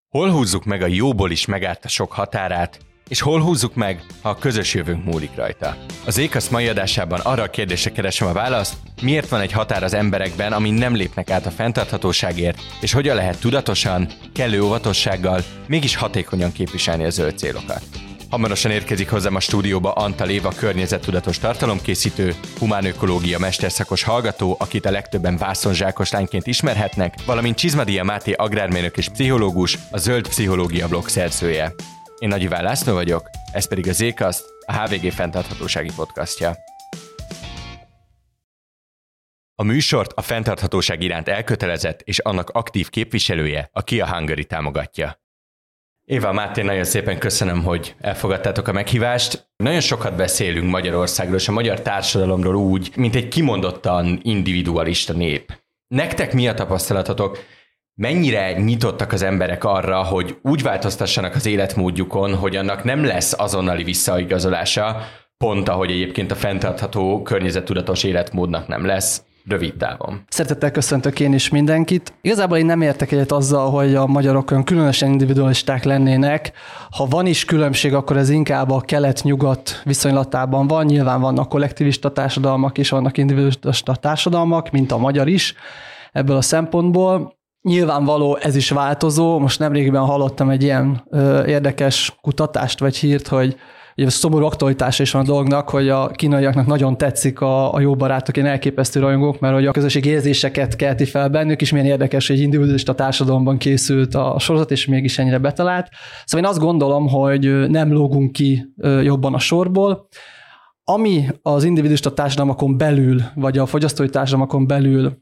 Hol húzzuk meg a jóból is megárt a sok határát, és hol húzzuk meg, ha a közös jövőnk múlik rajta? Az Ékasz mai adásában arra a kérdésre keresem a választ, miért van egy határ az emberekben, amin nem lépnek át a fenntarthatóságért, és hogyan lehet tudatosan, kellő óvatossággal, mégis hatékonyan képviselni a zöld célokat. Hamarosan érkezik hozzám a stúdióba Antal Éva környezettudatos tartalomkészítő, humánökológia mesterszakos hallgató, akit a legtöbben vászonzsákos lányként ismerhetnek, valamint Csizmadia Máté agrármérnök és pszichológus, a Zöld Pszichológia blog szerzője. Én Nagy Iván László vagyok, ez pedig az Ékasz, a HVG fenntarthatósági podcastja. A műsort a fenntarthatóság iránt elkötelezett és annak aktív képviselője, a Kia Hungary támogatja. Éva, Máté, nagyon szépen köszönöm, hogy elfogadtátok a meghívást. Nagyon sokat beszélünk Magyarországról és a magyar társadalomról úgy, mint egy kimondottan individualista nép. Nektek mi a tapasztalatotok? Mennyire nyitottak az emberek arra, hogy úgy változtassanak az életmódjukon, hogy annak nem lesz azonnali visszaigazolása, pont ahogy egyébként a fenntartható, környezettudatos életmódnak nem lesz rövid távon? Szeretettel köszöntök én is mindenkit. Igazából én nem értek egyet azzal, hogy a magyarok olyan különösen individualisták lennének. Ha van is különbség, akkor ez inkább a kelet-nyugat viszonylatában van. Nyilván vannak kollektivista társadalmak és vannak individualista társadalmak, mint a magyar is ebből a szempontból. Nyilvánvaló, ez is változó. Most nemrégiben hallottam egy ilyen érdekes kutatást vagy hírt, hogy ugye szomorú aktualitása is van a dolognak, hogy a kínaiaknak nagyon tetszik a jó barátok, ilyen elképesztő rajongók, mert hogy a közösség érzéseket kelti fel bennük, és milyen érdekes, hogy egy individualista társadalomban készült a sorozat, és mégis ennyire betalált. Szóval én azt gondolom, hogy nem lógunk ki jobban a sorból. Ami az individualista társadalmakon belül, vagy a fogyasztói társadalmakon belül,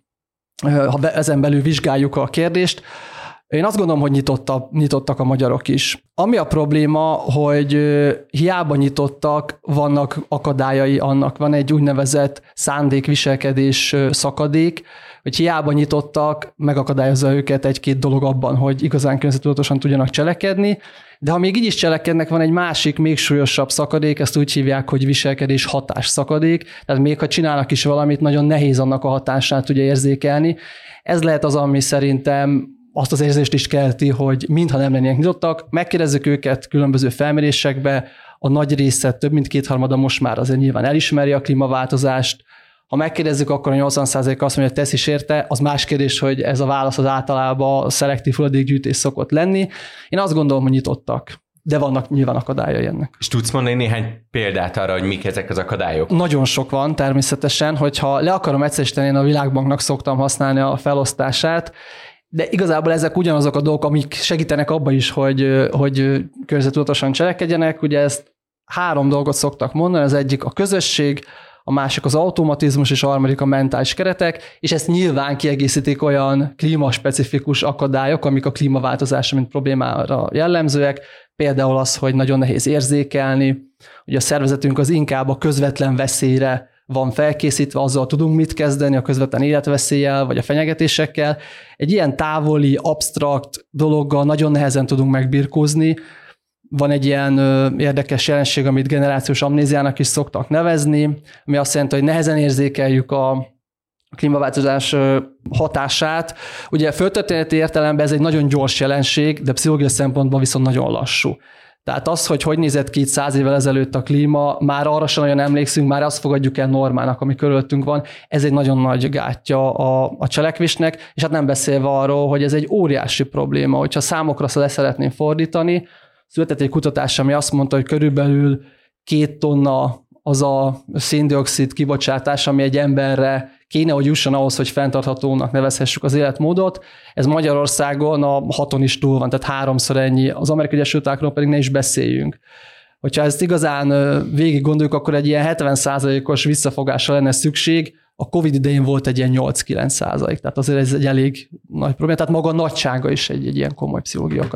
ha ezen belül vizsgáljuk a kérdést, én azt gondolom, hogy nyitottak a magyarok is. Ami a probléma, hogy hiába nyitottak, vannak akadályai annak. Van egy úgynevezett szándék-viselkedés szakadék, hogy hiába nyitottak, megakadályozza őket egy-két dolog abban, hogy igazán környezettudatosan tudjanak cselekedni, de ha még így is cselekednek, van egy másik, még súlyosabb szakadék, ezt úgy hívják, hogy viselkedés hatás szakadék, tehát még ha csinálnak is valamit, nagyon nehéz annak a hatását ugye érzékelni. Ez lehet az, ami szerintem azt az érzést is kelti, hogy mintha nem lennének nyitottak. Megkérdezzük őket különböző felmérésekbe, a nagy része, több mint kétharmada most már azért nyilván elismeri a klímaváltozást. Ha megkérdezzük, akkor a 80% azt mondja, hogy tesz is érte, az más kérdés, hogy ez a válasz az általában szelektív hulladékgyűjtés szokott lenni. Én azt gondolom, hogy nyitottak, de vannak nyilván akadályai ennek. És tudsz mondani néhány példát arra, hogy mik ezek az akadályok? Nagyon sok van természetesen, hogyha le akarom egyszerűsíteni, én a Világbanknak szoktam használni a felosztását, de igazából ezek ugyanazok a dolgok, amik segítenek abba is, hogy környezettudatosan cselekedjenek. Ugye ezt 3 dolgot szoktak mondani, az egyik a közösség, a másik az automatizmus, és a harmadik a mentális keretek, és ezt nyilván kiegészítik olyan klímaspecifikus akadályok, amik a klímaváltozásra, mint problémára jellemzőek, például az, hogy nagyon nehéz érzékelni, ugye a szervezetünk az inkább a közvetlen veszélyre van felkészítve, azzal tudunk mit kezdeni, a közvetlen életveszéllyel, vagy a fenyegetésekkel. Egy ilyen távoli, absztrakt dologgal nagyon nehezen tudunk megbirkózni. Van egy ilyen érdekes jelenség, amit generációs amnéziának is szoktak nevezni, ami azt jelenti, hogy nehezen érzékeljük a klímaváltozás hatását. Ugye földtörténeti értelemben ez egy nagyon gyors jelenség, de pszichológiai szempontból viszont nagyon lassú. Tehát az, hogy nézett ki 100 évvel ezelőtt a klíma, már arra sem nagyon emlékszünk, már azt fogadjuk el normának, ami körülöttünk van. Ez egy nagyon nagy gátja a cselekvésnek, és hát nem beszélve arról, hogy ez egy óriási probléma. Hogyha számokra le szeretném fordítani, született egy kutatás, ami azt mondta, hogy körülbelül 2 tonna az a széndioxid kibocsátás, ami egy emberre kéne, hogy jusson ahhoz, hogy fenntarthatónak nevezhessük az életmódot. Ez Magyarországon a 6-on is túl van, tehát 3-szor ennyi. Az Amerikai Egyesült Államokról pedig ne is beszéljünk. Hogyha ezt igazán végig gondoljuk, akkor egy ilyen 70%-os visszafogásra lenne szükség. A Covid idején volt egy ilyen 8-9%. Tehát azért ez egy elég nagy probléma. Tehát maga a nagysága is egy ilyen komoly pszichológiai akadály.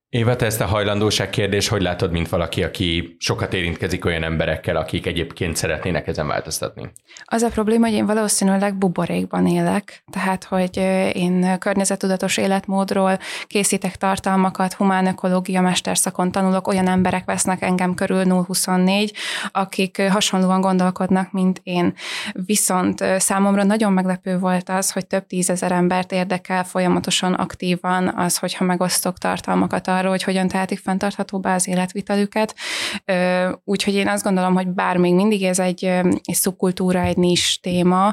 Éva, te ezt a hajlandóság kérdés, hogy látod, mint valaki, aki sokat érintkezik olyan emberekkel, akik egyébként szeretnének ezen változtatni? Az a probléma, hogy én valószínűleg buborékban élek, tehát, hogy én környezettudatos életmódról készítek tartalmakat, humán ökológia mesterszakon tanulok, olyan emberek vesznek engem körül 0-24, akik hasonlóan gondolkodnak, mint én. Viszont számomra nagyon meglepő volt az, hogy több 10 000 embert érdekel folyamatosan aktívan az, hogyha megosztok tartalmakat arról, hogy hogyan tehetik fenntarthatóbbá az életvitelüket. Úgyhogy én azt gondolom, hogy bár még mindig ez egy szubkultúra, egy nis téma,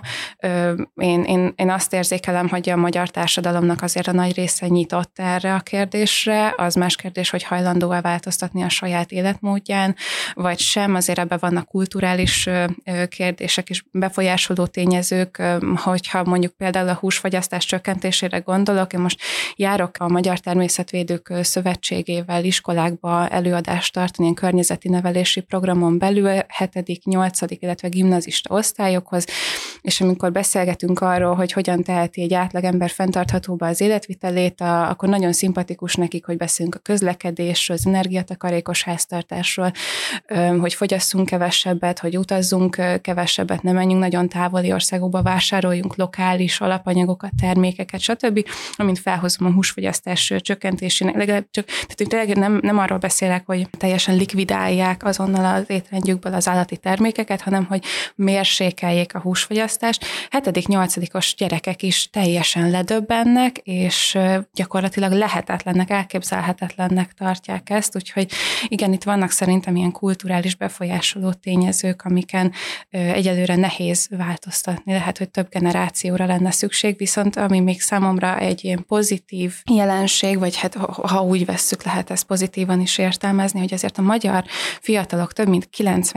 én azt érzékelem, hogy a magyar társadalomnak azért a nagy része nyitott erre a kérdésre. Az más kérdés, hogy hajlandó-e változtatni a saját életmódján, vagy sem. Azért ebben vannak kulturális kérdések és befolyásoló tényezők, hogyha mondjuk például a húsfogyasztás csökkentésére gondolok, én most járok a Magyar Természetvédők Szövetségével iskolákba előadást tartani, ilyen környezeti nevelési programon belül, 7., 8., illetve gimnazista osztályokhoz, és amikor beszélgetünk arról, hogy hogyan teheti egy átlagember fenntarthatóbbá az életvitelét, akkor nagyon szimpatikus nekik, hogy beszélünk a közlekedésről, az energiatakarékos háztartásról, hogy fogyasszunk kevesebbet, hogy utazzunk kevesebbet, ne menjünk nagyon távoli országokba, vásároljunk lokális alapanyagokat, termékeket, stb. Amint felhozom a húsfogyasztás csökkentésének, tehát nem arról beszélek, hogy teljesen likvidálják azonnal az étrendjükből az állati termékeket, hanem hogy mérsékeljék a húsfogyasztást. 7., 8. gyerekek is teljesen ledöbbennek, és gyakorlatilag lehetetlennek, elképzelhetetlennek tartják ezt, úgyhogy igen, itt vannak szerintem ilyen kulturális befolyásoló tényezők, amiken egyelőre nehéz változtatni. Lehet, hogy több generációra lenne szükség, viszont ami még számomra egy ilyen pozitív jelenség, vagy hát ha úgy vesszük, lehet ezt pozitívan is értelmezni, hogy azért a magyar fiatalok több mint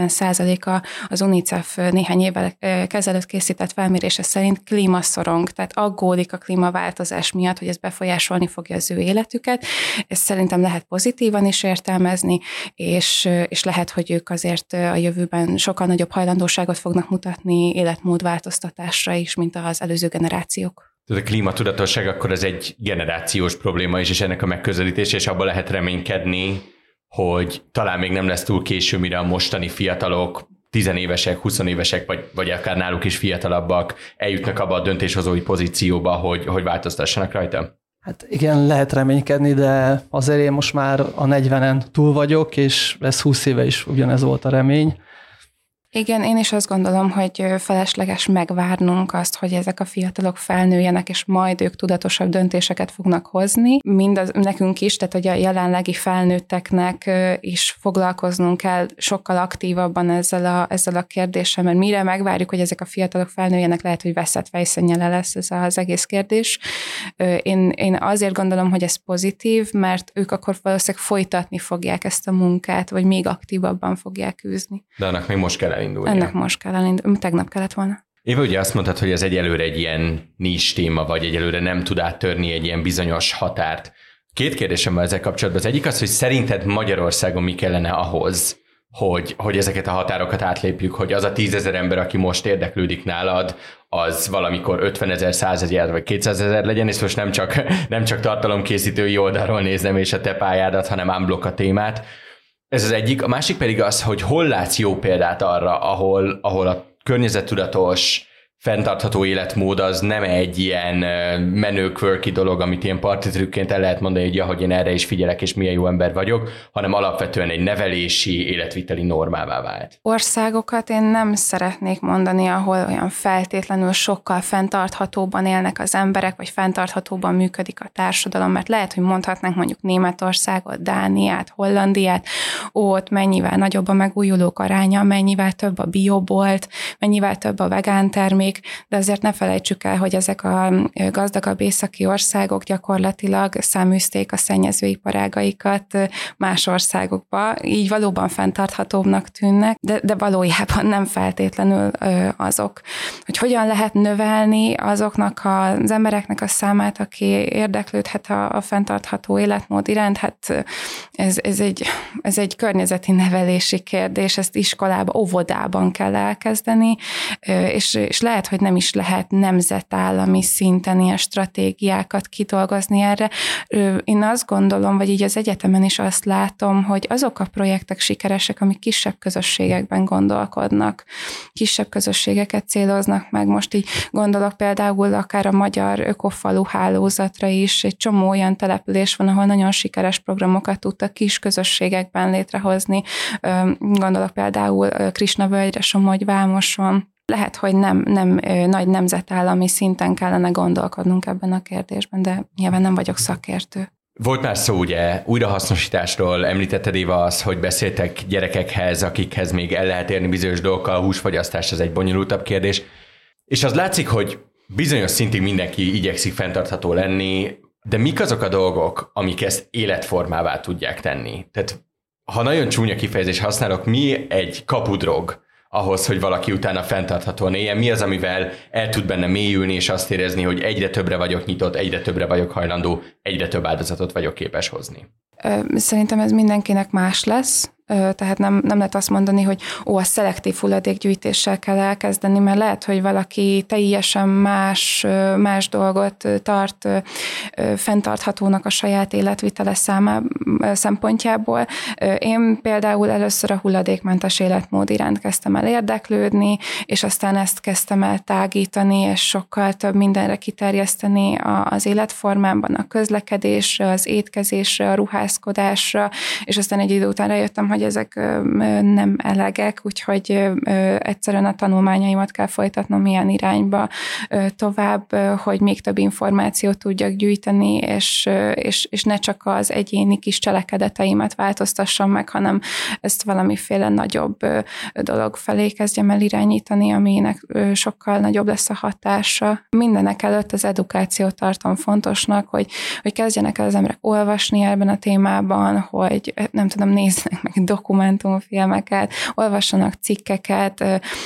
90%-a az UNICEF néhány évvel ezelőtt készített felmérése szerint klímaszorong, tehát aggódik a klímaváltozás miatt, hogy ez befolyásolni fogja az ő életüket. Ezt szerintem lehet pozitívan is értelmezni, és lehet, hogy ők azért a jövőben sokkal nagyobb hajlandóságot fognak mutatni életmódváltoztatásra is, mint az előző generációk. Tehát a klímatudatosság akkor ez egy generációs probléma is, és ennek a megközelítése, és abban lehet reménykedni, hogy talán még nem lesz túl késő, mire a mostani fiatalok, 10 évesek, 20 évesek, vagy akár náluk is fiatalabbak eljutnak abba a döntéshozói pozícióba, hogy változtassanak rajta? Hát igen, lehet reménykedni, de azért én most már a 40-en túl vagyok, és ez 20 éve is ugyanez volt a remény. Igen, én is azt gondolom, hogy felesleges megvárnunk azt, hogy ezek a fiatalok felnőjenek, és majd ők tudatosabb döntéseket fognak hozni. Nekünk is, tehát hogy a jelenlegi felnőtteknek is foglalkoznunk kell sokkal aktívabban ezzel a kérdéssel, mert mire megvárjuk, hogy ezek a fiatalok felnőjenek, lehet, hogy veszett fejszennyele lesz ez az egész kérdés. Én azért gondolom, hogy ez pozitív, mert ők akkor valószínűleg folytatni fogják ezt a munkát, vagy még aktívabban fogják űzni. De annak még most kell elindulni. Ennek most kell elindulni, tegnap kellett volna. Éva, ugye azt mondtad, hogy ez egyelőre egy ilyen nis téma, vagy egyelőre nem tud áttörni egy ilyen bizonyos határt. 2 kérdésem van ezzel kapcsolatban. Az egyik az, hogy szerinted Magyarországon mi kellene ahhoz, hogy ezeket a határokat átlépjük, hogy az a 10 000 ember, aki most érdeklődik nálad, az valamikor 50 000, 100 000 vagy 200 000 legyen, és most nem csak tartalomkészítői oldalról nézem és a te pályádat, hanem unblock a témát. Ez az egyik. A másik pedig az, hogy hol látsz jó példát arra, ahol a környezettudatos, fenntartható életmód az nem egy ilyen menő, quirky dolog, amit ilyen partitrükként el lehet mondani, hogy ja, hogy én erre is figyelek, és milyen jó ember vagyok, hanem alapvetően egy nevelési, életviteli normává vált. Országokat én nem szeretnék mondani, ahol olyan feltétlenül sokkal fenntarthatóban élnek az emberek, vagy fenntarthatóban működik a társadalom, mert lehet, hogy mondhatnánk mondjuk Németországot, Dániát, Hollandiát, ott mennyivel nagyobb a megújulók aránya, mennyivel több a biobolt, mennyivel több a vegán termék, de azért ne felejtsük el, hogy ezek a gazdagabb északi országok gyakorlatilag száműzték a szennyezőiparágaikat más országokba, így valóban fenntarthatóbbnak tűnnek, de valójában nem feltétlenül azok. Hogy hogyan lehet növelni azoknak az embereknek a számát, aki érdeklődhet a fenntartható életmód iránt, hát ez egy környezeti nevelési kérdés, ezt iskolában, óvodában kell elkezdeni, és lehet, lehet, hogy nem is lehet nemzetállami szinten ilyen stratégiákat kidolgozni erre. Én azt gondolom, vagy így az egyetemen is azt látom, hogy azok a projektek sikeresek, amik kisebb közösségekben gondolkodnak, kisebb közösségeket céloznak meg. Most így gondolok például akár a magyar ökofalu hálózatra is, egy csomó olyan település van, ahol nagyon sikeres programokat tudtak kis közösségekben létrehozni. Gondolok például Krisnavölgyre, Somogy-Vámoson. Lehet, hogy nem nagy nemzetállami szinten kellene gondolkodnunk ebben a kérdésben, de nyilván nem vagyok szakértő. Volt már szó ugye újrahasznosításról, említetted Éva azt, hogy beszéltek gyerekekhez, akikhez még el lehet érni bizonyos dolgokkal, a húsfogyasztás az egy bonyolultabb kérdés, és az látszik, hogy bizonyos szintig mindenki igyekszik fenntartható lenni, de mik azok a dolgok, amik ezt életformává tudják tenni? Tehát ha nagyon csúnya kifejezés használok, mi egy kapudrog ahhoz, hogy valaki utána fenntarthatóan éljen? Mi az, amivel el tud benne mélyülni, és azt érezni, hogy egyre többre vagyok nyitott, egyre többre vagyok hajlandó, egyre több áldozatot vagyok képes hozni? Szerintem ez mindenkinek más lesz. Tehát nem lehet azt mondani, hogy a szelektív hulladékgyűjtéssel kell elkezdeni, mert lehet, hogy valaki teljesen más dolgot tart fenntarthatónak a saját életvitele szempontjából. Én például először a hulladékmentes életmód iránt kezdtem el érdeklődni, és aztán ezt kezdtem el tágítani, és sokkal több mindenre kiterjeszteni az életformámban, a közlekedésre, az étkezésre, a ruházkodásra, és aztán egy idő után rájöttem, hogy ezek nem elegek, úgyhogy egyszerűen a tanulmányaimat kell folytatnom ilyen irányba tovább, hogy még több információt tudjak gyűjteni, és ne csak az egyéni kis cselekedeteimet változtassam meg, hanem ezt valamiféle nagyobb dolog felé kezdjem el irányítani, aminek sokkal nagyobb lesz a hatása. Mindenek előtt az edukációt tartom fontosnak, hogy kezdjenek el az emberek olvasni ebben a témában, hogy nem tudom, nézzenek meg dokumentumfilmeket, olvassanak cikkeket,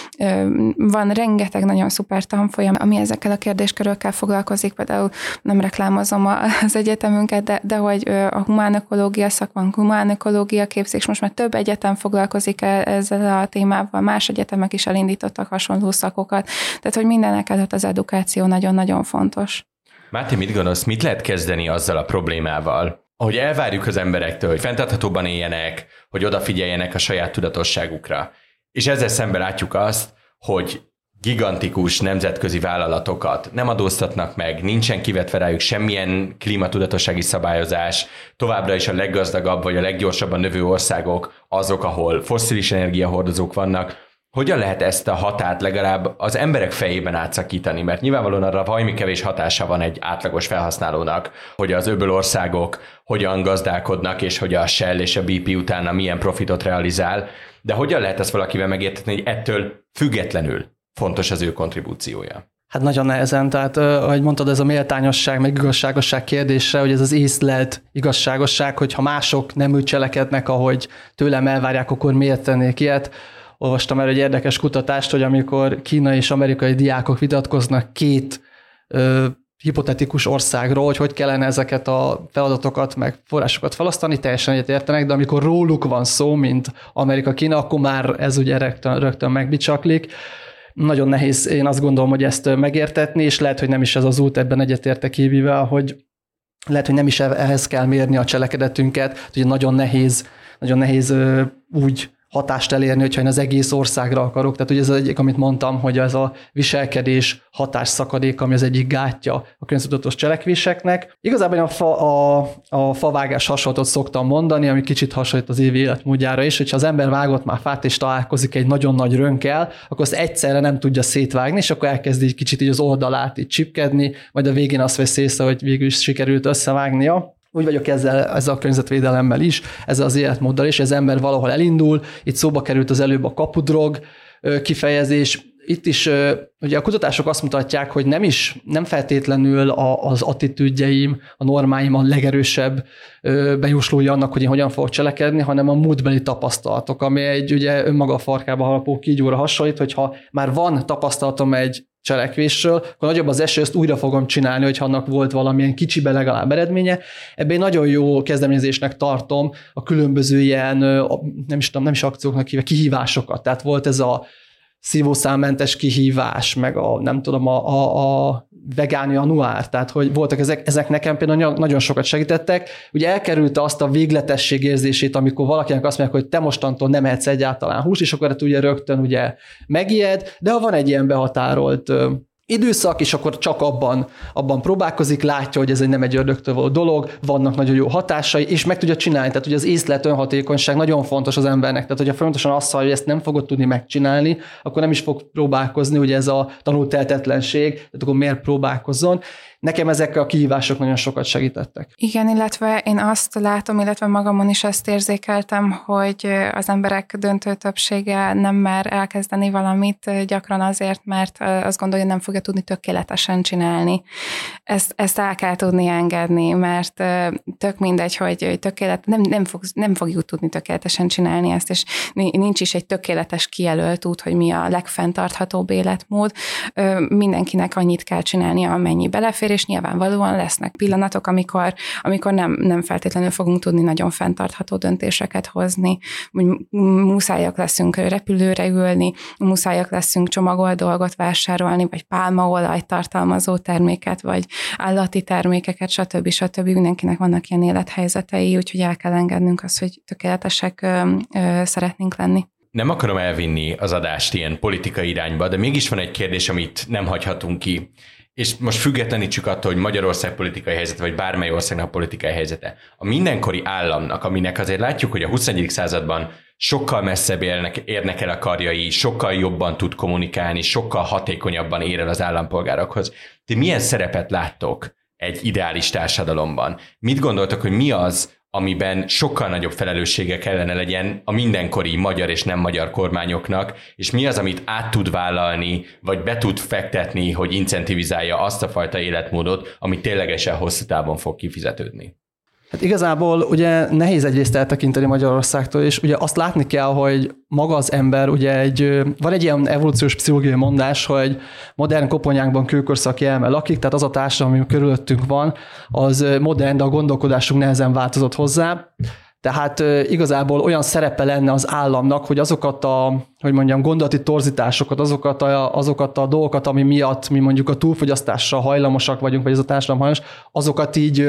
van rengeteg nagyon szuper tanfolyam, ami ezekkel a kérdéskörökkel foglalkozik, például nem reklámozom az egyetemünket, de hogy a humánökológia szak van, humánökológia képzés, most már több egyetem foglalkozik ezzel a témával, más egyetemek is elindítottak hasonló szakokat, tehát hogy mindenek előtt az edukáció nagyon-nagyon fontos. Máté, mit gondolsz, mit lehet kezdeni azzal a problémával, hogy elvárjuk az emberektől, hogy fenntarthatóban éljenek, hogy odafigyeljenek a saját tudatosságukra. És ezzel szemben látjuk azt, hogy gigantikus nemzetközi vállalatokat nem adóztatnak meg, nincsen kivetve rájuk semmilyen klímatudatossági szabályozás, továbbra is a leggazdagabb vagy a leggyorsabban növő országok azok, ahol fosszilis energiahordozók vannak. Hogyan lehet ezt a határt legalább az emberek fejében átszakítani? Mert nyilvánvalóan arra valami kevés hatása van egy átlagos felhasználónak, hogy az öbölországok hogyan gazdálkodnak, és hogy a Shell és a BP utána milyen profitot realizál. De hogyan lehet ezt valakivel megértetni, hogy ettől függetlenül fontos az ő kontribúciója? Hát nagyon nehezen, tehát ahogy mondtad, ez a méltányosság, meg igazságosság kérdése, hogy ez az észlelt igazságosság, hogy ha mások nem úgy cselekednek, ahogy tőlem elvárják, akkor miért tennék ilyet. Olvastam el egy érdekes kutatást, hogy amikor kínai és amerikai diákok vitatkoznak két hipotetikus országról, hogy kellene ezeket a feladatokat meg forrásokat felosztani, teljesen egyetértenek, de amikor róluk van szó, mint Amerika-Kína, akkor már ez ugye rögtön megbicsaklik. Nagyon nehéz, én azt gondolom, hogy ezt megértetni, és lehet, hogy nem is ez az út, ebben egyetértek Évivel, hogy lehet, hogy nem is ehhez kell mérni a cselekedetünket, hogy nagyon nehéz úgy hatást elérni, hogyha én az egész országra akarok. Tehát ugye ez az egyik, amit mondtam, hogy ez a viselkedés hatásszakadék, ami az egyik gátja a környezettudatos cselekvéseknek. Igazából én a favágás hasonlatot szoktam mondani, ami kicsit hasonlít az Évi életmódjára is, hogyha az ember vágott már fát és találkozik egy nagyon nagy rönkkel, akkor azt egyszerre nem tudja szétvágni, és akkor elkezdi egy kicsit így az oldalát így csipkedni, majd a végén azt vesz észre, hogy végül is sikerült összevágnia. Úgy vagyok ezzel a környezetvédelemmel is, ezzel az életmóddal is, az ember valahol elindul, itt szóba került az előbb a kapudrog kifejezés. Itt is ugye a kutatások azt mutatják, hogy nem feltétlenül az attitűdjeim, a normáim a legerősebb bejóslója annak, hogy én hogyan fogok cselekedni, hanem a múltbeli tapasztalatok, ami egy ugye önmaga a farkába harapó kígyóra hasonlít, hogyha már van tapasztalatom egy cselekvésről, akkor nagyobb az esély, ezt újra fogom csinálni, hogyha annak volt valamilyen kicsibe legalább eredménye. Ebben nagyon jó kezdeményezésnek tartom a különböző ilyen, nem is akcióknak hívják, kihívásokat. Tehát volt ez a szívószámmentes kihívás, meg a vegán január, tehát hogy voltak ezek nekem például nagyon sokat segítettek. Ugye elkerülte azt a végletesség érzését, amikor valakinek azt mondják, hogy te mostantól nem ehetsz egyáltalán húst, és akkor ugye rögtön ugye megijed, de ha van egy ilyen behatárolt időszak, és akkor csak abban próbálkozik, látja, hogy ez nem egy ördögtől való dolog, vannak nagyon jó hatásai, és meg tudja csinálni. Tehát ugye az észlet, önhatékonyság nagyon fontos az embernek. Tehát hogyha folyamatosan azt hallja, hogy ezt nem fogod tudni megcsinálni, akkor nem is fog próbálkozni, ugye ez a tanult tehetetlenség, tehát akkor miért próbálkozzon. Nekem ezek a kihívások nagyon sokat segítettek. Igen, illetve én azt látom, illetve magamon is azt érzékeltem, hogy az emberek döntő többsége nem mer elkezdeni valamit gyakran azért, mert azt gondolja, hogy nem fogja tudni tökéletesen csinálni. Ezt el kell tudni engedni, mert tök mindegy, hogy nem fogjuk tudni tökéletesen csinálni ezt, és nincs is egy tökéletes kijelölt út, hogy mi a legfenntarthatóbb életmód. Mindenkinek annyit kell csinálnia, amennyi belefér, és nyilvánvalóan lesznek pillanatok, amikor nem feltétlenül fogunk tudni nagyon fenntartható döntéseket hozni. Muszájak leszünk repülőre ülni, muszájak leszünk csomagolt dolgot vásárolni, vagy pálmaolajt tartalmazó terméket, vagy állati termékeket, stb. Mindenkinek vannak ilyen élethelyzetei, úgyhogy el kell engednünk azt, hogy tökéletesek szeretnénk lenni. Nem akarom elvinni az adást ilyen politikai irányba, de mégis van egy kérdés, amit nem hagyhatunk ki. És most függetlenítsük attól, hogy Magyarország politikai helyzete, vagy bármely országnak politikai helyzete. A mindenkori államnak, aminek azért látjuk, hogy a 21. században sokkal messzebb érnek el a karjai, sokkal jobban tud kommunikálni, sokkal hatékonyabban ér el az állampolgárokhoz. Ti milyen szerepet láttok egy ideális társadalomban? Mit gondoltok, hogy mi az, amiben sokkal nagyobb felelőssége kellene legyen a mindenkori magyar és nem magyar kormányoknak, és mi az, amit át tud vállalni, vagy be tud fektetni, hogy incentivizálja azt a fajta életmódot, ami ténylegesen hosszú távon fog kifizetődni? Hát igazából ugye nehéz egyrészt eltekinteni Magyarországtól, és ugye azt látni kell, hogy maga az ember, ugye van egy ilyen evolúciós pszichológiai mondás, hogy modern koponyákban kőkorszaki elme lakik, tehát az a társadalom, ami körülöttünk van, az modern, de a gondolkodásunk nehezen változott hozzá. Tehát igazából olyan szerepe lenne az államnak, hogy azokat gondolati torzításokat, azokat a dolgokat, ami miatt mi mondjuk a túlfogyasztásra hajlamosak vagyunk, vagy ez a társadalom hajlamos, azokat így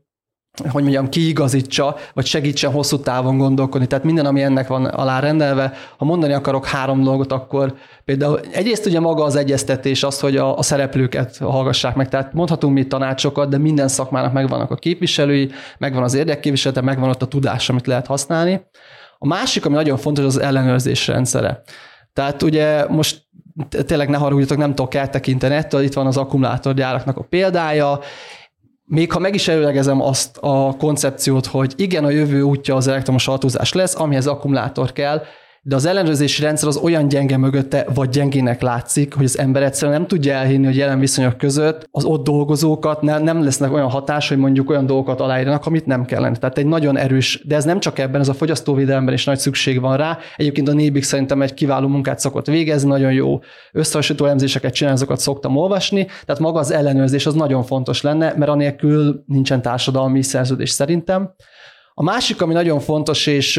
kiigazítsa, vagy segítsen hosszú távon gondolkodni. Tehát minden, ami ennek van alárendelve. Ha mondani akarok 3 dolgot, akkor például egyrészt ugye maga az egyeztetés az, hogy a szereplőket hallgassák meg. Tehát mondhatunk mi tanácsokat, de minden szakmának megvannak a képviselői, megvan az érdekképviselete, megvan ott a tudás, amit lehet használni. A másik, ami nagyon fontos, az ellenőrzés rendszere. Tehát ugye most tényleg ne haragudjatok, nem tudok eltekinteni ettől, itt van az akkumulátorgyáraknak a példája. Még ha meg is előlegezem azt a koncepciót, hogy igen, a jövő útja az elektromos autózás lesz, amihez akkumulátor kell, de az ellenőrzési rendszer az olyan gyenge mögötte, vagy gyengének látszik, hogy az ember egyszerűen nem tudja elhinni, hogy jelen viszonyok között az ott dolgozókat nem lesznek olyan hatás, hogy mondjuk olyan dolgokat aláírnak, amit nem kellene. Tehát egy nagyon erős, de ez nem csak ebben, ez a fogyasztóvédelemben is nagy szükség van rá. Egyébként a Nébik szerintem egy kiváló munkát szokott végezni, nagyon jó összehasonlító elemzéseket csinálni, azokat szoktam olvasni. Tehát maga az ellenőrzés az nagyon fontos lenne, mert anélkül nincsen társadalmi szerződés szerintem. A másik, ami nagyon fontos, és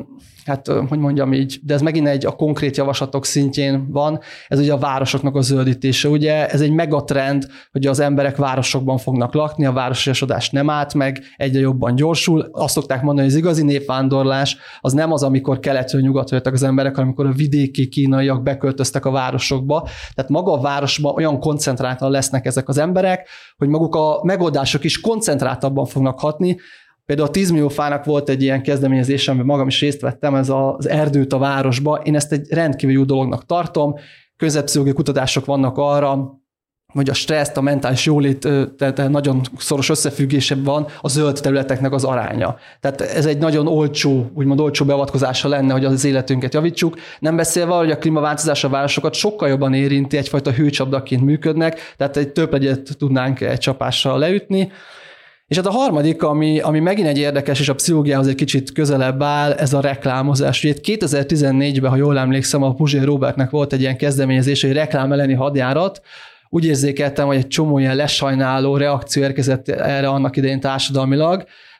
de ez megint a konkrét javaslatok szintjén van, ez ugye a városoknak a zöldítése. Ugye ez egy megatrend, hogy az emberek városokban fognak lakni, a városiasodás nem állt meg, egyre jobban gyorsul. Azt szokták mondani, hogy az igazi népvándorlás az nem az, amikor keletről nyugatra jöttek az emberek, hanem amikor a vidéki kínaiak beköltöztek a városokba. Tehát maga a városban olyan koncentráltan lesznek ezek az emberek, hogy maguk a megoldások is koncentráltabban fognak hatni. Például a 10 millió fának volt egy ilyen kezdeményezés, amiben magam is részt vettem, ez az erdőt a városba. Én ezt egy rendkívül jó dolognak tartom. Közepszológiai kutatások vannak arra, hogy a stresszt, a mentális jólét tehát nagyon szoros összefüggése van a zöld területeknek az aránya. Tehát ez egy nagyon olcsó beavatkozása lenne, hogy az életünket javítsuk. Nem beszélve, hogy a klímaváltozás a városokat sokkal jobban érinti, egyfajta hőcsapdaként működnek, tehát egy többletet tudnánk egy csapással leütni. És hát a harmadik, ami megint egy érdekes, és a pszichológiához egy kicsit közelebb áll, ez a reklámozás. Ugye 2014-ben, ha jól emlékszem, a Puzsér Robertnek volt egy ilyen kezdeményezés, egy reklám elleni hadjárat. Úgy érzékeltem, hogy egy csomó ilyen lesajnáló reakció érkezett erre annak idején társadalmilag,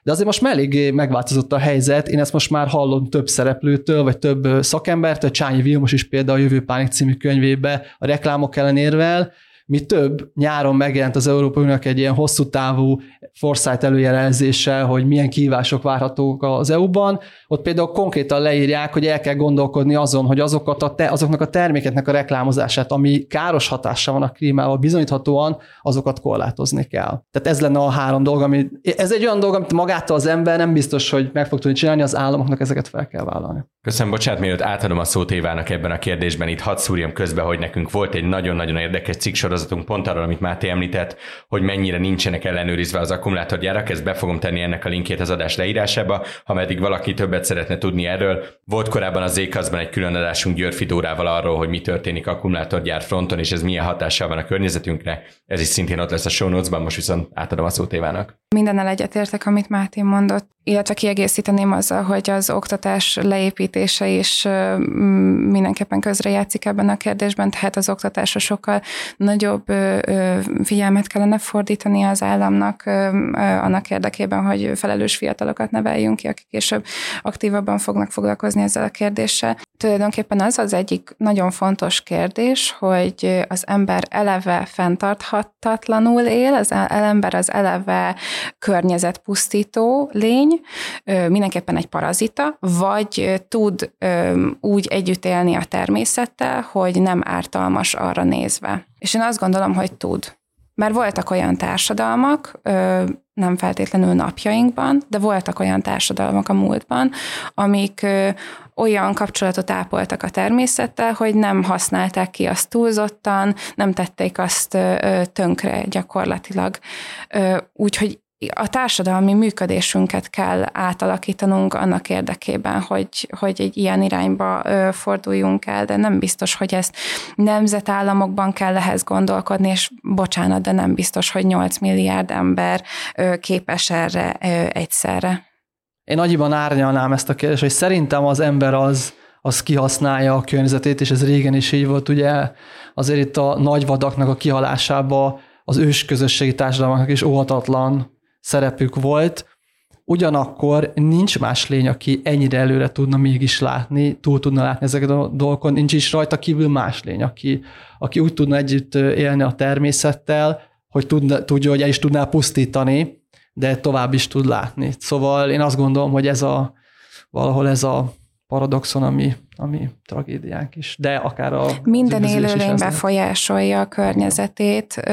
De azért most már eléggé megváltozott a helyzet, én ezt most már hallom több szereplőtől, vagy több szakembertől, Csányi Vilmos is például a Jövő Pánik című könyvébe a reklámok ellen érvel, mi több, nyáron megjelent az Európai Uniónak egy ilyen hosszú távú foresight előjelezéssel, hogy milyen kihívások várhatók az EU-ban. Ott például konkrétan leírják, hogy el kell gondolkodni azon, hogy azoknak a termékeknek a reklámozását, ami káros hatással van a klímával bizonyíthatóan, azokat korlátozni kell. Tehát ez lenne a 3 dolog, ez egy olyan dolog, amit magától az ember nem biztos, hogy meg fog tudni csinálni, az államoknak ezeket fel kell vállalni. Köszönöm, bocsánat, mielőtt átadom a szót Évának ebben a kérdésben, itt hadd szúrjam közbe, hogy nekünk volt egy nagyon-nagyon érdekes cikksorozatunk pont arról, amit Máté említett, hogy mennyire nincsenek ellenőrizve az akkumulátorgyárak, ezt be fogom tenni ennek a linkjét az adás leírásába, ha meddig valaki többet szeretne tudni erről. Volt korábban az Zékaszban egy külön adásunk Györfi Dórával arról, hogy mi történik akkumulátorgyár fronton, és ez milyen hatással van a környezetünkre. Ez is szintén ott lesz a show notes-ban, most viszont átadom a szót Évának. Mindennel egyetértek, amit Máté mondott, illetve kiegészíteném azzal, hogy az oktatás leépítése is mindenképpen közrejátszik ebben a kérdésben, tehát az oktatásra sokkal nagyobb figyelmet kellene fordítani az államnak annak érdekében, hogy felelős fiatalokat neveljünk ki, akik később aktívabban fognak foglalkozni ezzel a kérdéssel. Tulajdonképpen az egyik nagyon fontos kérdés, hogy az ember eleve fenntarthatatlanul él, az ember az eleve környezetpusztító lény, mindenképpen egy parazita, vagy tud úgy együtt élni a természettel, hogy nem ártalmas arra nézve. És én azt gondolom, hogy tud. Mert voltak olyan társadalmak, nem feltétlenül napjainkban, de voltak olyan társadalmak a múltban, amik olyan kapcsolatot ápoltak a természettel, hogy nem használták ki azt túlzottan, nem tették azt tönkre gyakorlatilag. Úgyhogy a társadalmi működésünket kell átalakítanunk annak érdekében, hogy egy ilyen irányba forduljunk el, de nem biztos, hogy ezt nemzetállamokban kell ehhez gondolkodni, és bocsánat, de nem biztos, hogy 8 milliárd ember képes erre egyszerre. Én annyiban árnyalnám ezt a kérdést, hogy szerintem az ember az kihasználja a környezetét, és ez régen is így volt, ugye azért itt a nagyvadaknak a kihalásába az ősközösségi társadalmaknak is óhatatlan szerepük volt. Ugyanakkor nincs más lény, aki ennyire előre tudna mégis látni, túl tudna látni ezeket a dolgokon, nincs is rajta kívül más lény, aki úgy tudna együtt élni a természettel, hogy tudja, hogy el is tudná pusztítani, de tovább is tud látni. Szóval én azt gondolom, hogy valahol ez a paradoxon, ami tragédiánk is, de akár a minden élőlény befolyásolja a környezetét,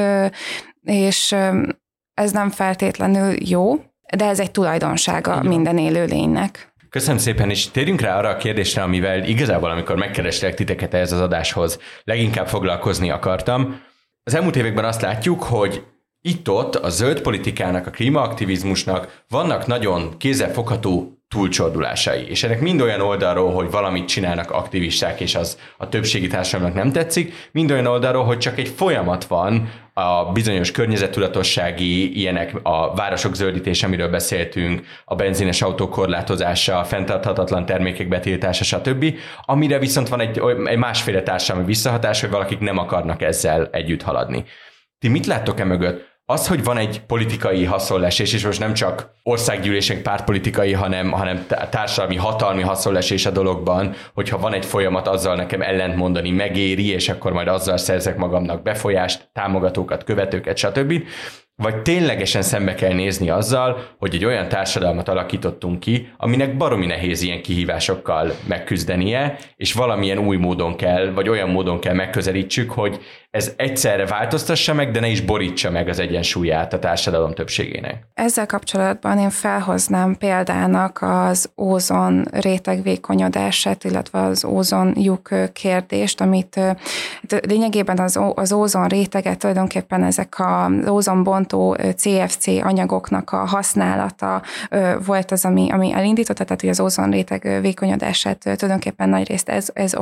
és ez nem feltétlenül jó, de ez egy tulajdonsága minden élőlénynek. Köszönöm szépen, és térjünk rá arra a kérdésre, amivel igazából, amikor megkerestek titeket ehhez az adáshoz, leginkább foglalkozni akartam. Az elmúlt években azt látjuk, hogy itt-ott a zöld politikának, a klímaaktivizmusnak vannak nagyon kézzelfogható túlcsordulásai, és ennek mind olyan oldalról, hogy valamit csinálnak aktivisták, és az a többségi társadalomnak nem tetszik, mind olyan oldalról, hogy csak egy folyamat van, a bizonyos környezettudatossági ilyenek, a városok zöldítése, amiről beszéltünk, a benzines autók korlátozása, a fenntarthatatlan termékek betiltása, stb., amire viszont van egy másféle társadalmi visszahatás, hogy valakik nem akarnak ezzel együtt haladni. Ti mit láttok mögött? Az, hogy van egy politikai haszonlesés, és most nem csak országgyűlések pártpolitikai, hanem társadalmi, hatalmi haszonlesés a dologban, hogyha van egy folyamat, azzal nekem ellentmondani megéri, és akkor majd azzal szerzek magamnak befolyást, támogatókat, követőket, stb. Vagy ténylegesen szembe kell nézni azzal, hogy egy olyan társadalmat alakítottunk ki, aminek baromi nehéz ilyen kihívásokkal megküzdenie, és valamilyen új módon kell, vagy olyan módon kell megközelítsük, hogy ez egyszerre változtassa meg, de ne is borítsa meg az egyensúlyát a társadalom többségének. Ezzel kapcsolatban én felhoznám példának az ózon réteg vékonyodását, illetve az ózon lyuk kérdést, amit lényegében az ózon réteget tulajdonképpen ezek az ózonbontó CFC anyagoknak a használata volt az, ami elindította, tehát hogy az ózon réteg vékonyodását tulajdonképpen nagyrészt ez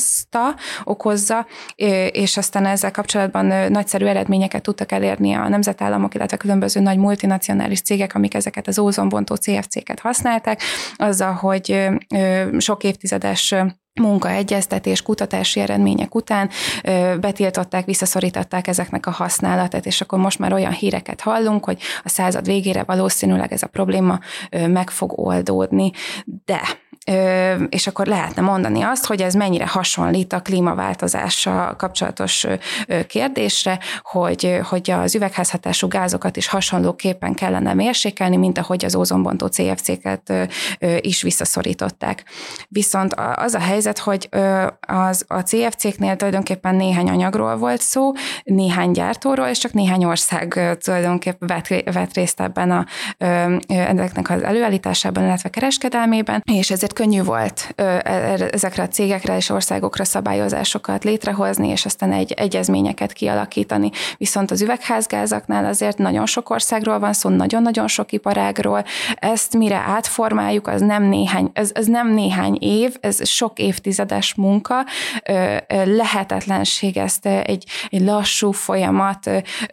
okozza, és aztán ezzel kapcsolatban nagyszerű eredményeket tudtak elérni a nemzetállamok, illetve különböző nagy multinacionális cégek, amik ezeket az ózonbontó CFC-ket használták, azzal, hogy sok évtizedes munkaegyeztetés, kutatási eredmények után betiltották, visszaszorították ezeknek a használatát, és akkor most már olyan híreket hallunk, hogy a század végére valószínűleg ez a probléma meg fog oldódni, de és akkor lehetne mondani azt, hogy ez mennyire hasonlít a klímaváltozással kapcsolatos kérdésre, hogy az üvegházhatású gázokat is hasonlóképpen kellene mérsékelni, mint ahogy az ózonbontó CFC-ket is visszaszorították. Viszont az a helyzet, hogy a CFC-knél tulajdonképpen néhány anyagról volt szó, néhány gyártóról, és csak néhány ország tulajdonképpen vett részt ebben ezeknek az előállításában, illetve kereskedelmében, és ezért könnyű volt ezekre a cégekre és országokra szabályozásokat létrehozni, és aztán egyezményeket kialakítani. Viszont az üvegházgázaknál azért nagyon sok országról van szó, nagyon-nagyon sok iparágról. Ezt mire átformáljuk, az nem néhány év, ez sok évtizedes munka, lehetetlenség ezt egy lassú folyamat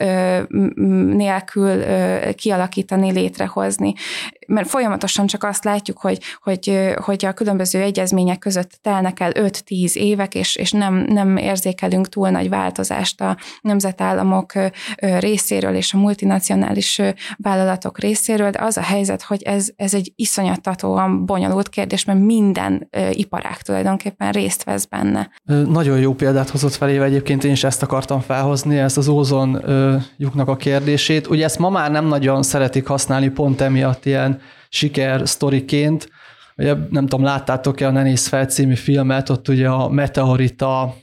nélkül kialakítani, létrehozni. Mert folyamatosan csak azt látjuk, hogy a különböző egyezmények között telnek el 5-10 évek, és nem érzékelünk túl nagy változást a nemzetállamok részéről és a multinacionális vállalatok részéről, de az a helyzet, hogy ez egy iszonyatatóan bonyolult kérdés, mert minden iparág tulajdonképpen részt vesz benne. Nagyon jó példát hozott feléve, egyébként én is ezt akartam felhozni, ezt az ózon lyuknak a kérdését. Ugye ezt ma már nem nagyon szeretik használni pont emiatt ilyen sikersztoriként. Ugye, nem tudom, láttátok-e a Ne nézz fel című filmet, ott ugye a meteorita,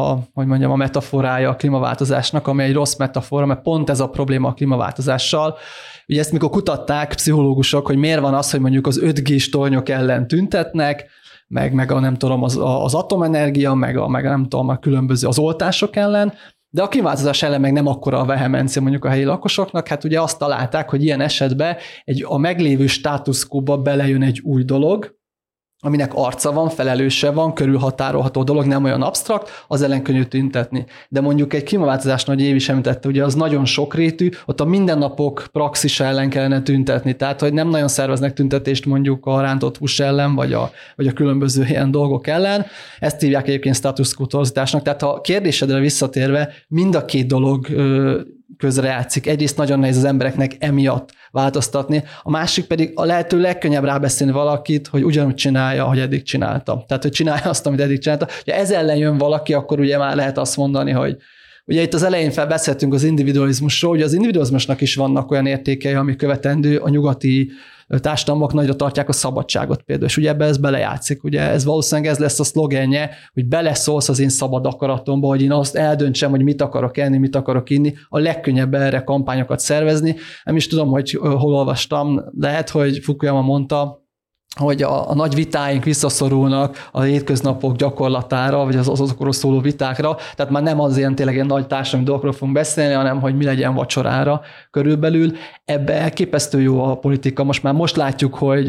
a metaforája a klímaváltozásnak, ami egy rossz metafora, mert pont ez a probléma a klímaváltozással. Ugye ezt mikor kutatták pszichológusok, hogy miért van az, hogy mondjuk az 5G-s tornyok ellen tüntetnek, meg a nem tudom, az atomenergia, meg nem tudom, a különböző az oltások ellen, de a klímaváltozás ellen meg nem akkora a vehemencia mondjuk a helyi lakosoknak, hát ugye azt találták, hogy ilyen esetben a meglévő státuszkóba belejön egy új dolog, aminek arca van, felelőse van, körülhatárolható dolog, nem olyan absztrakt, az ellen könnyű tüntetni. De mondjuk egy klímaváltozás nagy Évi is említette, ugye az nagyon sokrétű, ott a mindennapok praxisa ellen kellene tüntetni, tehát hogy nem nagyon szerveznek tüntetést mondjuk a rántott hús ellen, vagy a különböző ilyen dolgok ellen. Ezt hívják egyébként status quo torzításnak, tehát a kérdésedre visszatérve mind a két dolog közrejátszik. Egyrészt nagyon nehéz az embereknek emiatt változtatni, a másik pedig a lehető legkönnyebb rábeszélni valakit, hogy ugyanúgy csinálja, ahogy eddig csinálta. Tehát, hogy csinálja azt, amit eddig csinálta. Ha ez ellen jön valaki, akkor ugye már lehet azt mondani, hogy ugye itt az elején beszéltünk az individualizmusról, hogy az individualizmusnak is vannak olyan értékei, ami követendő, a nyugati társadalmak nagyra tartják a szabadságot például, és ugye ebbe ez belejátszik. Ugye ez valószínűleg ez lesz a szlogenje, hogy beleszólsz az én szabad akaratomba, hogy én azt eldöntsem, hogy mit akarok enni, mit akarok inni. A legkönnyebb erre kampányokat szervezni. Nem is tudom, hogy hol olvastam, lehet, hogy Fukuyama mondta, hogy a nagy vitáink visszaszorulnak a hétköznapok gyakorlatára, vagy azokról szóló vitákra, tehát már nem az ilyen tényleg ilyen nagy társadalmi dolgokról fogunk beszélni, hanem hogy mi legyen vacsorára körülbelül. Ebbe elképesztő jó a politika. Most látjuk, hogy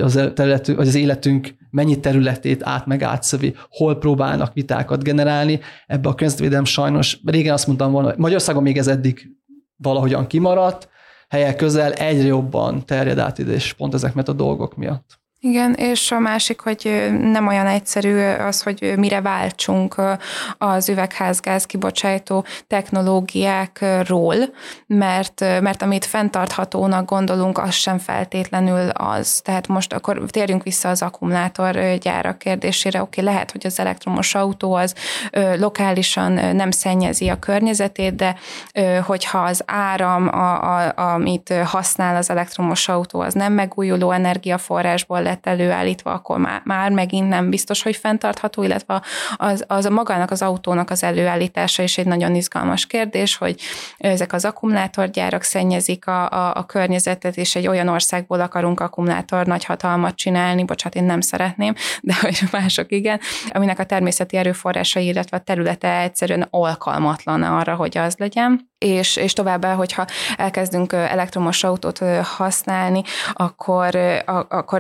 az életünk mennyi területét átszövi, hol próbálnak vitákat generálni. Ebbe a környezetvédelem sajnos, régen azt mondtam volna, Magyarországon még ez eddig valahogyan kimaradt, helyek közel egyre jobban terjed át ide, és pont ezek a dolgok miatt. Igen, és a másik, hogy nem olyan egyszerű az, hogy mire váltsunk az üvegházgáz kibocsátó technológiákról, mert amit fenntarthatónak gondolunk, az sem feltétlenül az. Tehát most akkor térjünk vissza az akkumulátorgyárak kérdésére. Oké, lehet, hogy az elektromos autó az lokálisan nem szennyezi a környezetét, de hogyha az áram, amit használ az elektromos autó, az nem megújuló energiaforrásból lett előállítva, akkor már megint nem biztos, hogy fenntartható, illetve az magának az autónak az előállítása is egy nagyon izgalmas kérdés, hogy ezek az akkumulátorgyárak szennyezik a környezetet, és egy olyan országból akarunk akkumulátor nagyhatalmat csinálni, bocsánat, én nem szeretném, de hogy mások igen, aminek a természeti erőforrásai, illetve a területe egyszerűen alkalmatlan arra, hogy az legyen. És továbbá, hogyha elkezdünk elektromos autót használni, akkor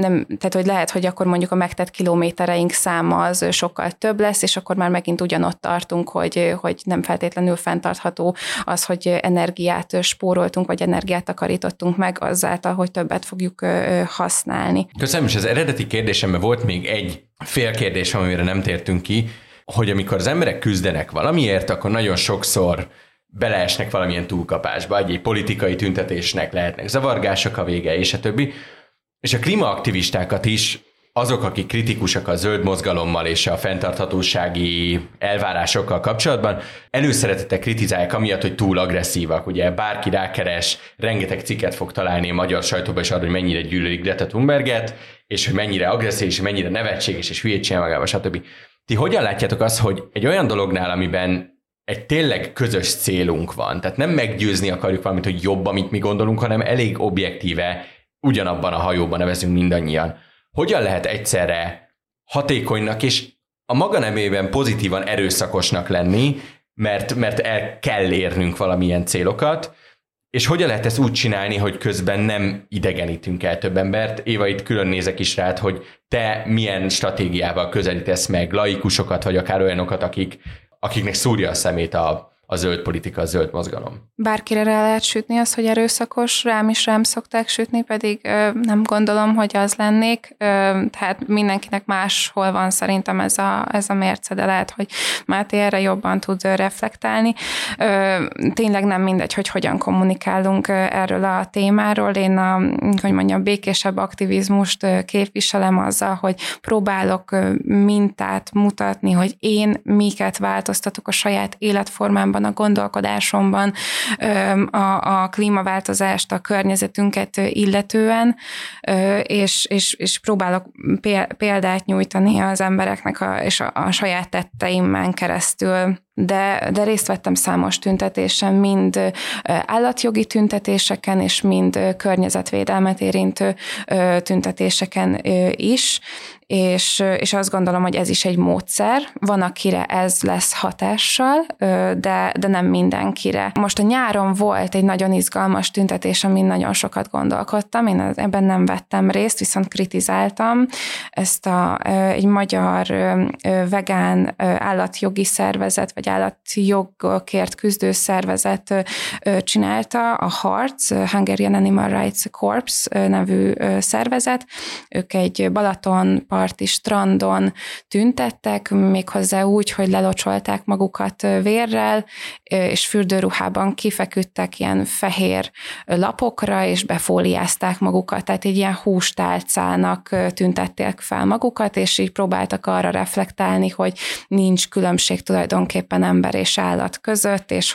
tehát hogy lehet, hogy akkor mondjuk a megtett kilométereink száma az sokkal több lesz, és akkor már megint ugyanott tartunk, hogy nem feltétlenül fenntartható az, hogy energiát spóroltunk, vagy energiát takarítottunk meg azáltal, hogy többet fogjuk használni. Köszönöm, és az eredeti kérdésemben volt még egy félkérdés, amire nem tértünk ki, hogy amikor az emberek küzdenek valamiért, akkor nagyon sokszor beleesnek valamilyen túlkapásba, egy politikai tüntetésnek lehetnek zavargások a vége, és a többi. És a klímaaktivistákat is azok, akik kritikusak a zöld mozgalommal és a fenntarthatósági elvárásokkal kapcsolatban, előszeretettel kritizálják amiatt, hogy túl agresszívak. Ugye bárki rákeres, rengeteg cikket fog találni a magyar sajtóban is arra, hogy mennyire gyűlölik Greta Thunberget, és hogy mennyire agresszív, és mennyire nevetséges, és hülyét csinál magával, stb. Ti hogyan látjátok azt, hogy egy olyan dolognál, amiben egy tényleg közös célunk van, tehát nem meggyőzni akarjuk valamit, hogy jobb, amit mi gondolunk, hanem elég objektíve ugyanabban a hajóban nevezünk mindannyian. Hogyan lehet egyszerre hatékonynak és a maga nemében pozitívan erőszakosnak lenni, mert el kell érnünk valamilyen célokat, és hogyan lehet ezt úgy csinálni, hogy közben nem idegenítünk el több embert? Éva, itt külön nézek is rád, hogy te milyen stratégiával közelítesz meg laikusokat, vagy akár olyanokat, akiknek szúrja a szemét a zöld politika, a zöld mozgalom. Bárkire rá lehet sütni azt, hogy erőszakos, rám szokták sütni, pedig nem gondolom, hogy az lennék. Tehát mindenkinek máshol van szerintem ez a mérce, de lehet, hogy Máté erre jobban tud reflektálni. Tényleg nem mindegy, hogy hogyan kommunikálunk erről a témáról. Én a békésebb aktivizmust képviselem azzal, hogy próbálok mintát mutatni, hogy én miket változtatok a saját életformámban, a gondolkodásomban, a klímaváltozást, a környezetünket illetően, és próbálok példát nyújtani az embereknek és a saját tetteimen keresztül. De részt vettem számos tüntetésen, mind állatjogi tüntetéseken, és mind környezetvédelmet érintő tüntetéseken is, és azt gondolom, hogy ez is egy módszer. Van, akire ez lesz hatással, de nem mindenkire. Most a nyáron volt egy nagyon izgalmas tüntetés, amin nagyon sokat gondolkodtam. Én ebben nem vettem részt, viszont kritizáltam. Ezt egy magyar vegán állatjogi szervezet, vagy állatjogokért küzdő szervezet csinálta, a HARC, Hungarian Animal Rights Corps nevű szervezet. Ők egy Balatonparti strandon tüntettek, méghozzá úgy, hogy lelocsolták magukat vérrel, és fürdőruhában kifeküdtek ilyen fehér lapokra, és befóliázták magukat, tehát egy ilyen hústálcának tüntették fel magukat, és így próbáltak arra reflektálni, hogy nincs különbség tulajdonképpen ember és állat között, és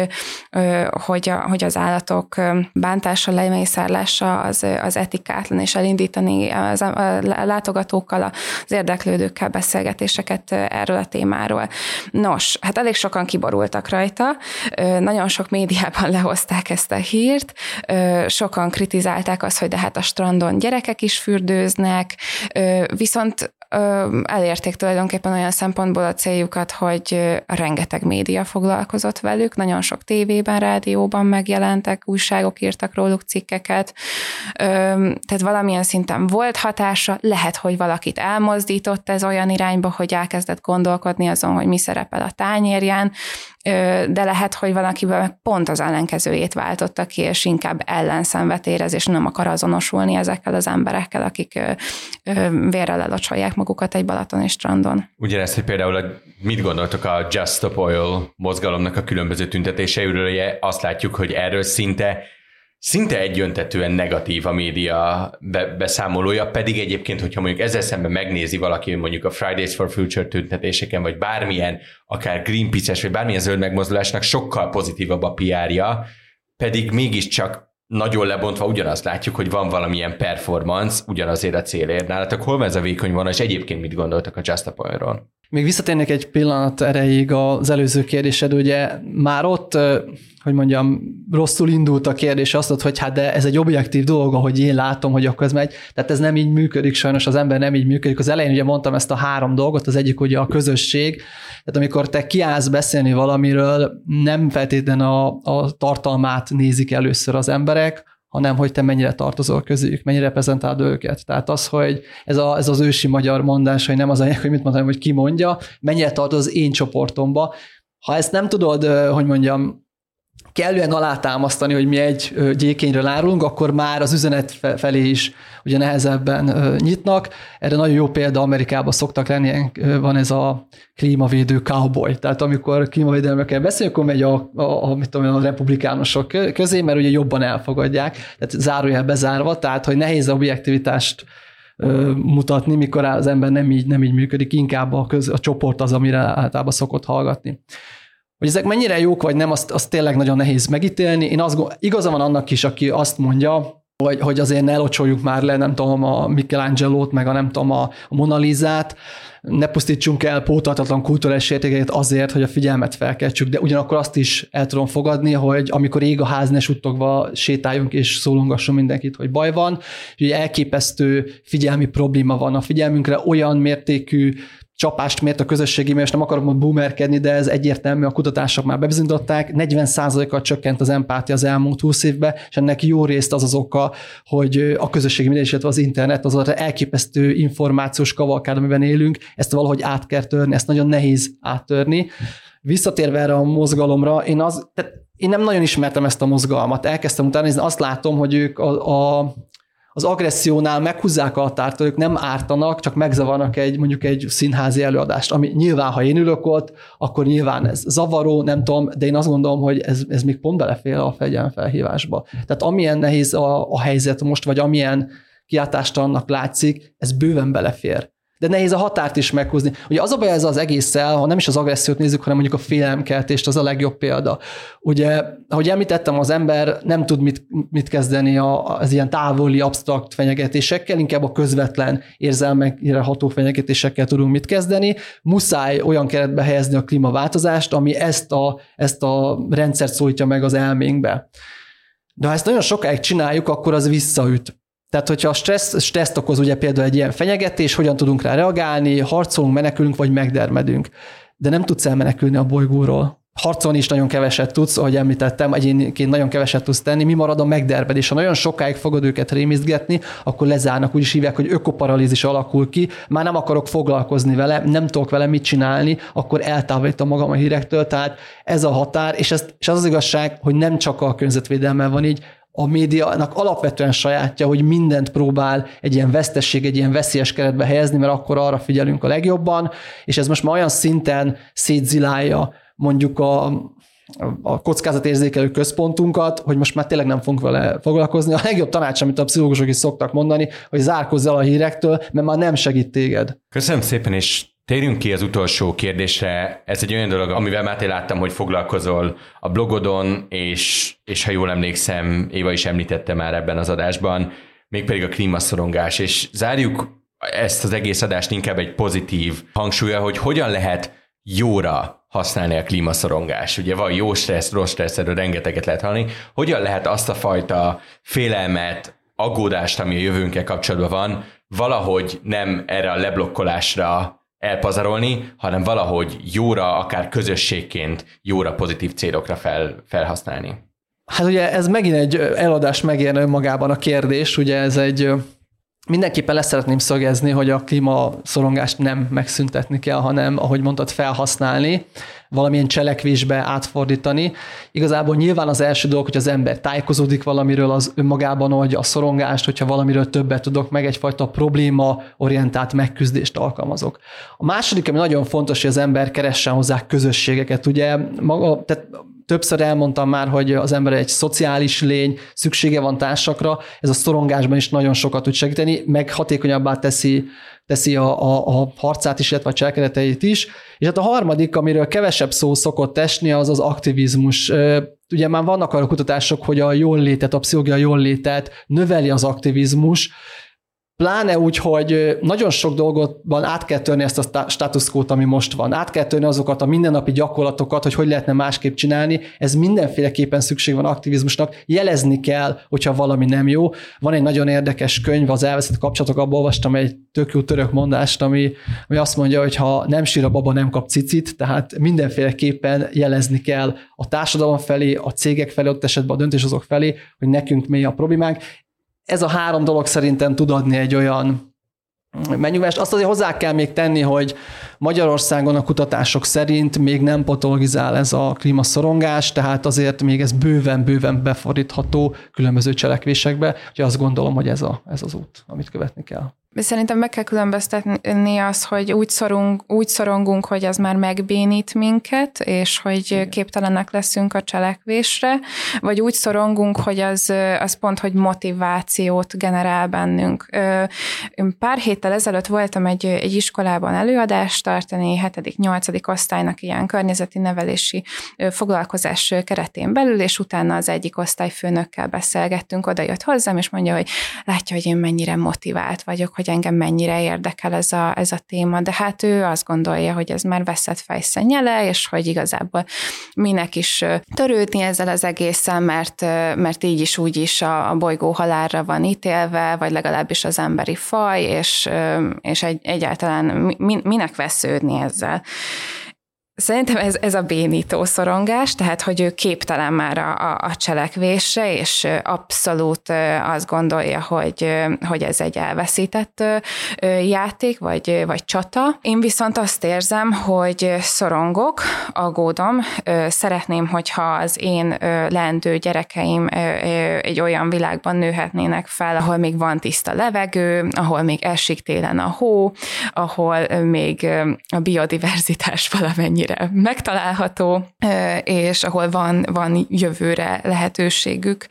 hogy az állatok bántása, lemészárlása az etikátlan, és elindítani a látogatókkal, az érdeklődőkkel beszélgetéseket erről a témáról. Nos, hát elég sokan kiborultak rajta, nagyon sok médiában lehozták ezt a hírt, sokan kritizálták azt, hogy de hát a strandon gyerekek is fürdőznek, viszont elérték tulajdonképpen olyan szempontból a céljukat, hogy rengeteg média foglalkozott velük, nagyon sok tévében, rádióban megjelentek, újságok írtak róluk cikkeket, tehát valamilyen szinten volt hatása, lehet, hogy valakit elmozdított ez olyan irányba, hogy elkezdett gondolkodni azon, hogy mi szerepel a tányérján, de lehet, hogy valakiben meg pont az ellenkezőjét váltotta ki, és inkább ellenszenvet érez, és nem akar azonosulni ezekkel az emberekkel, akik vérrel elocsolják magukat egy balatoni strandon. Ugyanezt, hogy például mit gondoltok a Just Stop Oil mozgalomnak a különböző tüntetéseiről, ugye azt látjuk, hogy erről szinte egyöntetően negatív a média beszámolója, pedig egyébként, hogyha mondjuk ezzel szemben megnézi valaki mondjuk a Fridays for Future tüntetéseken, vagy bármilyen, akár Greenpeace-es, vagy bármilyen zöld megmozdulásnak sokkal pozitívabb a PR-ja, pedig mégiscsak nagyon lebontva ugyanazt látjuk, hogy van valamilyen performance ugyanazért a célért. Nálatok hol van ez a vékony vonal, és egyébként mit gondoltak a Just Stop Oil-ról? Még visszatérnék egy pillanat erejéig az előző kérdésed, ugye már ott, hogy mondjam, rosszul indult a kérdés, azt mondod, hogy hát de ez egy objektív dolog, ahogy én látom, hogy akkor ez megy. Tehát ez nem így működik, sajnos az ember nem így működik. Az elején ugye mondtam ezt a 3 dolgot, az egyik ugye a közösség. Tehát amikor te kiállsz beszélni valamiről, nem feltétlenül a tartalmát nézik először az emberek, hanem hogy te mennyire tartozol közéjük, mennyire reprezentálod őket. Tehát az, hogy ez az ősi magyar mondás, hogy nem az anyag, hogy mit mondtam, hogy ki mondja, mennyire tartoz az én csoportomba. Ha ezt nem tudod, hogy mondjam, kellően alátámasztani, hogy mi egy gyékényről árulunk, akkor már az üzenet felé is ugye nehezebben nyitnak. Erre nagyon jó példa, Amerikában szoktak lenni, van ez a klímavédő cowboy. Tehát amikor klímavédelemről kell beszélni, akkor megy a republikánusok közé, mert ugye jobban elfogadják, tehát zárójel bezárva, tehát hogy nehéz objektivitást mutatni, mikor az ember nem így működik, inkább a csoport az, amire általában szokott hallgatni. Hogy ezek mennyire jók vagy nem, azt tényleg nagyon nehéz megítélni. Én igaza van annak is, aki azt mondja, hogy azért ne locsoljuk már le, nem tudom, a Michelangelo-t, meg nem tudom, a Mona Lisát, ne pusztítsunk el pótolhatatlan kulturális értékeket azért, hogy a figyelmet felkeltsük, de ugyanakkor azt is el tudom fogadni, hogy amikor ég a ház, ne suttogva sétáljunk és szólongasson mindenkit, hogy baj van, hogy elképesztő figyelmi probléma van a figyelmünkre, olyan mértékű csapást mért a közösségi, mert nem akarok most boomerkedni, de ez egyértelmű, a kutatások már bebizonyították, 40%-kal csökkent az empátia az elmúlt 20 évben, és ennek jó részt az oka, hogy a közösségi média, illetve az internet, az elképesztő információs kavalkád, amiben élünk, ezt valahogy át kell törni, ezt nagyon nehéz áttörni. Visszatérve erre a mozgalomra, én nem nagyon ismertem ezt a mozgalmat, elkezdtem utána nézni, azt látom, hogy ők az agressziónál meghúzzák a határt, ők nem ártanak, csak megzavarnak mondjuk egy színházi előadást, ami nyilván, ha én ülök ott, akkor nyilván ez zavaró, nem tudom, de én azt gondolom, hogy ez még pont belefér a fegyelemfelhívásba. Tehát amilyen nehéz a helyzet most, vagy amilyen kiáltástalannak látszik, ez bőven belefér. De nehéz a határt is meghúzni. Ugye az a baj ez az egésszel, ha nem is az agressziót nézzük, hanem mondjuk a félelemkeltést, az a legjobb példa. Ugye, ahogy említettem, az ember nem tud mit kezdeni az ilyen távoli, absztrakt fenyegetésekkel, inkább a közvetlen érzelmekre ható fenyegetésekkel tudunk mit kezdeni. Muszáj olyan keretbe helyezni a klímaváltozást, ami ezt a rendszert szólítja meg az elménkbe. De ha ezt nagyon sokáig csináljuk, akkor az visszaüt. Tehát, hogyha a stresszt okoz ugye például egy ilyen fenyegetés, hogyan tudunk rá reagálni, harcolunk, menekülünk, vagy megdermedünk. De nem tudsz elmenekülni a bolygóról. Harcolni is nagyon keveset tudsz, ahogy említettem, egyénként nagyon keveset tudsz tenni, mi marad a megdermedés. Ha nagyon sokáig fogod őket rémisztgetni, akkor lezárnak, úgy is hívják, hogy ökoparalízis alakul ki, már nem akarok foglalkozni vele, nem tudok vele mit csinálni, akkor eltávolítom magam a hírektől, tehát ez a határ, és az igazság, hogy nem csak a környezetvédelemmel van így, a médiának alapvetően sajátja, hogy mindent próbál egy ilyen vesztesség, egy ilyen veszélyes keretbe helyezni, mert akkor arra figyelünk a legjobban, és ez most már olyan szinten szétzilálja mondjuk a kockázatérzékelő központunkat, hogy most már tényleg nem fogunk vele foglalkozni. A legjobb tanács, amit a pszichológusok is szoktak mondani, hogy zárkozz el a hírektől, mert már nem segít téged. Köszönöm szépen, és térjünk ki az utolsó kérdésre. Ez egy olyan dolog, amivel Máté láttam, hogy foglalkozol a blogodon, és ha jól emlékszem, Éva is említette már ebben az adásban, mégpedig a klímaszorongás. És zárjuk ezt az egész adást inkább egy pozitív hangsúlya, hogy hogyan lehet jóra használni a klímaszorongás. Ugye van jó stressz, rossz stressz, erről rengeteget lehet hallani. Hogyan lehet azt a fajta félelmet, aggódást, ami a jövőnkkel kapcsolatban van, valahogy nem erre a leblokkolásra elpazarolni, hanem valahogy jóra, akár közösségként jóra, pozitív célokra felhasználni. Hát ugye ez megint egy eladást megérne önmagában a kérdés, ugye ez mindenképpen lesz szeretném szögezni, hogy a klímaszorongást nem megszüntetni kell, hanem, ahogy mondtad, felhasználni, valamilyen cselekvésbe átfordítani. Igazából nyilván az első dolog, hogy az ember tájékozódik valamiről az önmagában, hogy a szorongást, hogyha valamiről többet tudok, meg egyfajta probléma-orientált megküzdést alkalmazok. A második, ami nagyon fontos, hogy az ember keressen hozzá közösségeket. Ugye tehát többször elmondtam már, hogy az ember egy szociális lény, szüksége van társakra, ez a szorongásban is nagyon sokat tud segíteni, meg hatékonyabbá teszi a harcát is, illetve a cselekedeteit is. És hát a harmadik, amiről kevesebb szó szokott esni, az az aktivizmus. Ugye már vannak arra kutatások, hogy a jóllétet, a pszichológia jóllétet növeli az aktivizmus. Pláne úgy, hogy nagyon sok dolgotban át kell törni ezt a status quo-t, ami most van. Át kell törni azokat a mindennapi gyakorlatokat, hogy lehetne másképp csinálni. Ez mindenféleképpen szükség van aktivizmusnak. Jelezni kell, hogyha valami nem jó. Van egy nagyon érdekes könyv, az elveszett kapcsolatok, abban olvastam egy tök jó török mondást, ami azt mondja, hogy ha nem sír a baba, nem kap cicit, tehát mindenféleképpen jelezni kell a társadalom felé, a cégek felé, ott esetben a döntéshozók felé, hogy nekünk mi a problémánk. Ez a 3 dolog szerintem tud adni egy olyan megnyugvást. Azt azért hozzá kell még tenni, hogy Magyarországon a kutatások szerint még nem patologizál ez a klímaszorongás, tehát azért még ez bőven befordítható különböző cselekvésekbe, úgyhogy azt gondolom, hogy ez az út, amit követni kell. Szerintem meg kell különböztetni azt, hogy úgy szorongunk, hogy az már megbénít minket, és hogy képtelenek leszünk a cselekvésre, vagy úgy szorongunk, hogy az pont, hogy motivációt generál bennünk. Pár héttel ezelőtt voltam egy iskolában előadást tartani, 7.-8. osztálynak ilyen környezeti nevelési foglalkozás keretén belül, és utána az egyik osztályfőnökkel beszélgettünk, oda jött hozzám, és mondja, hogy látja, hogy én mennyire motivált vagyok, hogy engem mennyire érdekel ez a téma, de hát ő azt gondolja, hogy ez már veszett fejszennyele, és hogy igazából minek is törődni ezzel az egészen, mert így is úgy is a bolygó halálra van ítélve, vagy legalábbis az emberi faj, és egyáltalán minek vesződni ezzel. Szerintem ez a bénító szorongás, tehát hogy ő képtelen már a cselekvésre, és abszolút azt gondolja, hogy ez egy elveszített játék, vagy csata. Én viszont azt érzem, hogy szorongok, aggódom, szeretném, hogyha az én leendő gyerekeim egy olyan világban nőhetnének fel, ahol még van tiszta levegő, ahol még esik télen a hó, ahol még a biodiverzitás valamennyire megtalálható, és ahol van jövőre lehetőségük,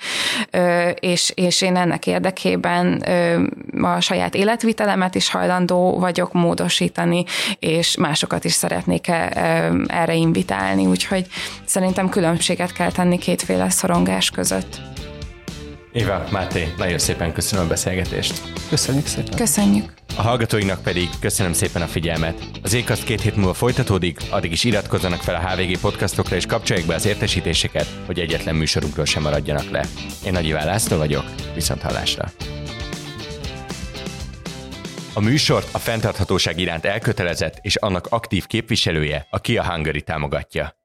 és én ennek érdekében a saját életvitelemet is hajlandó vagyok módosítani, és másokat is szeretnék erre invitálni, úgyhogy szerintem különbséget kell tenni kétféle szorongás között. Éva, Máté, nagyon szépen köszönöm a beszélgetést. Köszönjük szépen. Köszönjük. A hallgatóinknak pedig köszönöm szépen a figyelmet. Az Acast 2 hét múlva folytatódik, addig is iratkozzanak fel a HVG podcastokra és kapcsolják be az értesítéseket, hogy egyetlen műsorunkról sem maradjanak le. Én Nagy Iván László vagyok, viszonthallásra. A műsort a fenntarthatóság iránt elkötelezett és annak aktív képviselője, a Kia Hungary támogatja.